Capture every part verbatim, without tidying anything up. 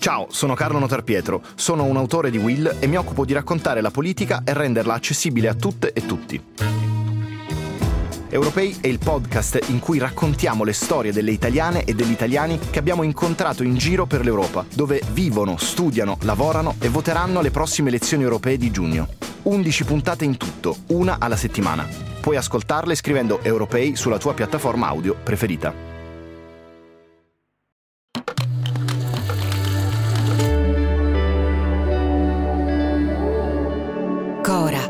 Ciao, sono Carlo Notarpietro, sono un autore di Will e mi occupo di raccontare la politica e renderla accessibile a tutte e tutti. Europei è il podcast in cui raccontiamo le storie delle italiane e degli italiani che abbiamo incontrato in giro per l'Europa, dove vivono, studiano, lavorano e voteranno alle prossime elezioni europee di giugno. undici puntate in tutto, una alla settimana. Puoi ascoltarle scrivendo Europei sulla tua piattaforma audio preferita. Cora.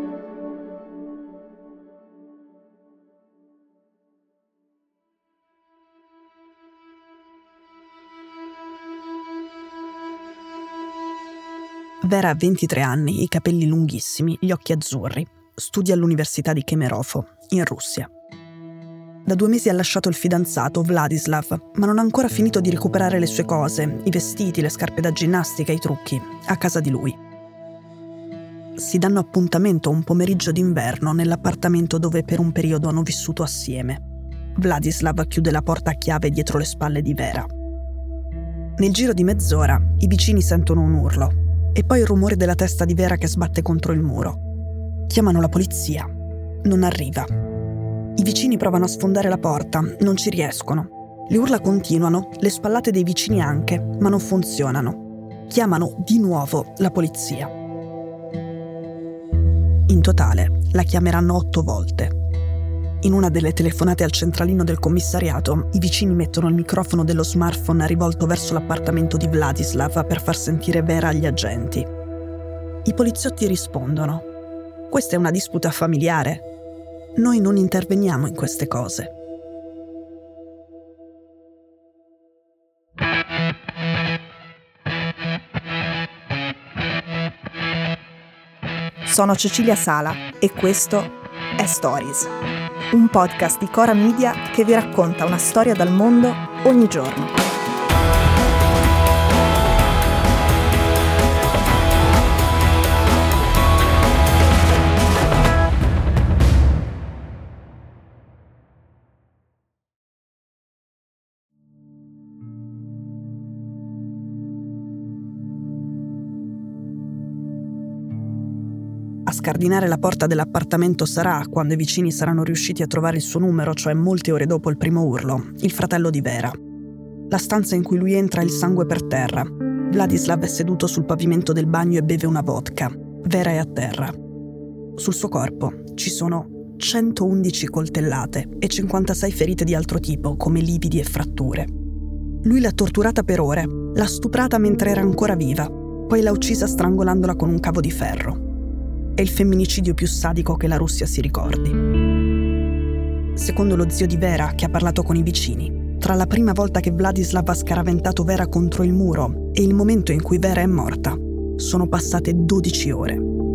Vera ha ventitré anni, i capelli lunghissimi, gli occhi azzurri. Studia all'Università di Kemerovo, in Russia. Da due mesi ha lasciato il fidanzato, Vladislav, ma non ha ancora finito di recuperare le sue cose, i vestiti, le scarpe da ginnastica, i trucchi, a casa di lui. Si danno appuntamento un pomeriggio d'inverno nell'appartamento dove per un periodo hanno vissuto assieme. Vladislav chiude la porta a chiave dietro le spalle di Vera. Nel giro di mezz'ora i vicini sentono un urlo e poi il rumore della testa di Vera che sbatte contro il muro. Chiamano la polizia. Non arriva. I vicini provano a sfondare la porta, non ci riescono. Le urla continuano, le spallate dei vicini anche, ma non funzionano. Chiamano di nuovo la polizia. In totale la chiameranno otto volte. In una delle telefonate al centralino del commissariato, i vicini mettono il microfono dello smartphone rivolto verso l'appartamento di Vladislav per far sentire Vera agli agenti. I poliziotti rispondono: questa è una disputa familiare. Noi non interveniamo in queste cose. Sono Cecilia Sala e questo è Stories, un podcast di Cora Media che vi racconta una storia dal mondo ogni giorno. A scardinare la porta dell'appartamento sarà, quando i vicini saranno riusciti a trovare il suo numero, cioè molte ore dopo il primo urlo, il fratello di Vera. La stanza in cui lui entra ha il sangue per terra. Vladislav è seduto sul pavimento del bagno e beve una vodka. Vera è a terra. Sul suo corpo ci sono centoundici coltellate e cinquantasei ferite di altro tipo, come lividi e fratture. Lui l'ha torturata per ore, l'ha stuprata mentre era ancora viva, poi l'ha uccisa strangolandola con un cavo di ferro. È il femminicidio più sadico che la Russia si ricordi. Secondo lo zio di Vera, che ha parlato con i vicini, tra la prima volta che Vladislav ha scaraventato Vera contro il muro e il momento in cui Vera è morta, sono passate dodici ore.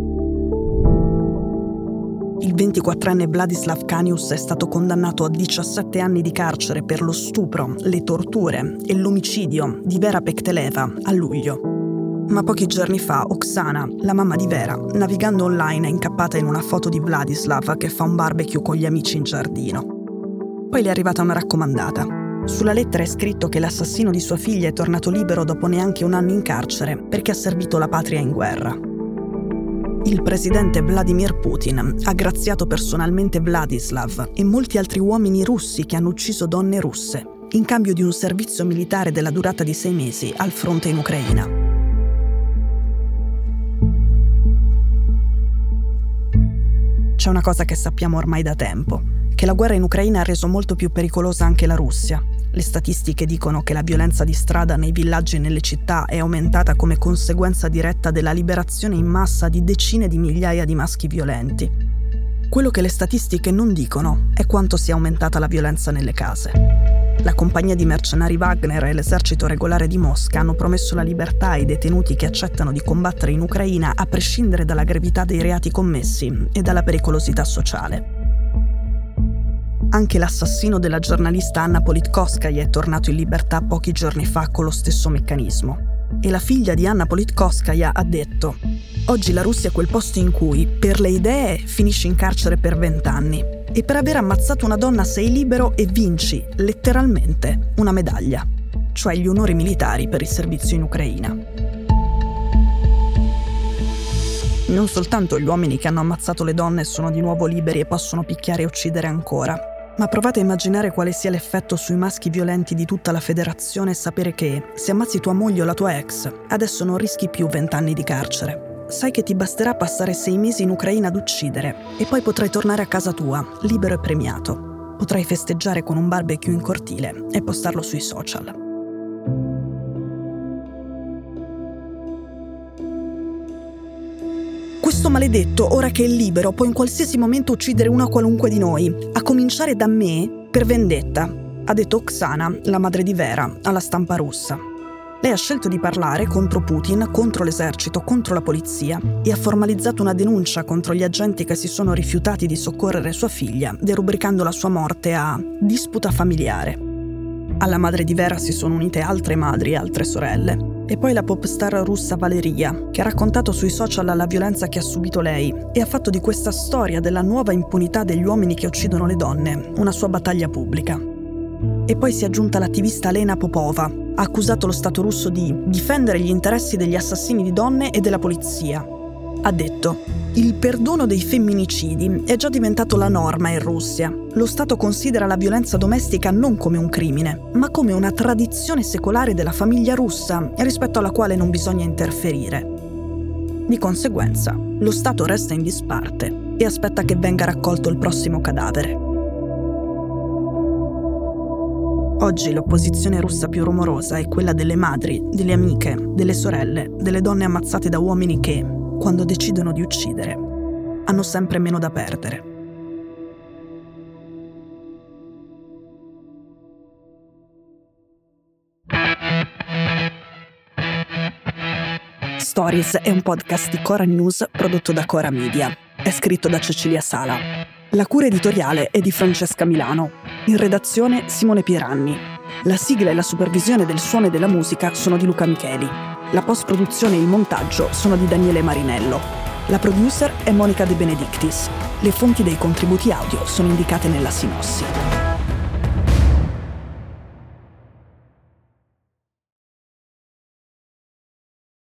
Il ventiquattrenne Vladislav Kanius è stato condannato a diciassette anni di carcere per lo stupro, le torture e l'omicidio di Vera Pekteleva a luglio. Ma pochi giorni fa Oksana, la mamma di Vera, navigando online è incappata in una foto di Vladislav che fa un barbecue con gli amici in giardino. Poi le è arrivata una raccomandata. Sulla lettera è scritto che l'assassino di sua figlia è tornato libero dopo neanche un anno in carcere perché ha servito la patria in guerra. Il presidente Vladimir Putin ha graziato personalmente Vladislav e molti altri uomini russi che hanno ucciso donne russe in cambio di un servizio militare della durata di sei mesi al fronte in Ucraina. C'è una cosa che sappiamo ormai da tempo, che la guerra in Ucraina ha reso molto più pericolosa anche la Russia. Le statistiche dicono che la violenza di strada nei villaggi e nelle città è aumentata come conseguenza diretta della liberazione in massa di decine di migliaia di maschi violenti. Quello che le statistiche non dicono è quanto sia aumentata la violenza nelle case. La compagnia di mercenari Wagner e l'esercito regolare di Mosca hanno promesso la libertà ai detenuti che accettano di combattere in Ucraina a prescindere dalla gravità dei reati commessi e dalla pericolosità sociale. Anche l'assassino della giornalista Anna Politkovskaja è tornato in libertà pochi giorni fa con lo stesso meccanismo. E la figlia di Anna Politkovskaja ha detto: oggi la Russia è quel posto in cui, per le idee, finisci in carcere per vent'anni. E per aver ammazzato una donna sei libero e vinci, letteralmente, una medaglia. cioè gli onori militari per il servizio in Ucraina. Non soltanto gli uomini che hanno ammazzato le donne sono di nuovo liberi e possono picchiare e uccidere ancora, ma provate a immaginare quale sia l'effetto sui maschi violenti di tutta la federazione e sapere che, se ammazzi tua moglie o la tua ex, adesso non rischi più vent'anni di carcere. Sai che ti basterà passare sei mesi in Ucraina ad uccidere e poi potrai tornare a casa tua, libero e premiato. Potrai festeggiare con un barbecue in cortile e postarlo sui social. Questo maledetto, ora che è libero, può in qualsiasi momento uccidere una qualunque di noi, a cominciare da me, per vendetta, ha detto Oksana, la madre di Vera, alla stampa russa. Lei ha scelto di parlare contro Putin, contro l'esercito, contro la polizia e ha formalizzato una denuncia contro gli agenti che si sono rifiutati di soccorrere sua figlia, derubricando la sua morte a disputa familiare. Alla madre di Vera si sono unite altre madri e altre sorelle. E poi la pop star russa Valeria, che ha raccontato sui social la violenza che ha subito lei e ha fatto di questa storia della nuova impunità degli uomini che uccidono le donne una sua battaglia pubblica. E poi si è aggiunta l'attivista Lena Popova, ha accusato lo Stato russo di difendere gli interessi degli assassini di donne e della polizia. Ha detto: il perdono dei femminicidi è già diventato la norma in Russia. Lo Stato considera la violenza domestica non come un crimine, ma come una tradizione secolare della famiglia russa rispetto alla quale non bisogna interferire. Di conseguenza, lo Stato resta in disparte e aspetta che venga raccolto il prossimo cadavere. Oggi l'opposizione russa più rumorosa è quella delle madri, delle amiche, delle sorelle, delle donne ammazzate da uomini che, quando decidono di uccidere, hanno sempre meno da perdere. Stories è un podcast di Cora News prodotto da Cora Media. È scritto da Cecilia Sala. La cura editoriale è di Francesca Milano. In redazione Simone Pieranni. La sigla e la supervisione del suono e della musica sono di Luca Micheli. La post-produzione e il montaggio sono di Daniele Marinello. La producer è Monica De Benedictis. Le fonti dei contributi audio sono indicate nella sinossi.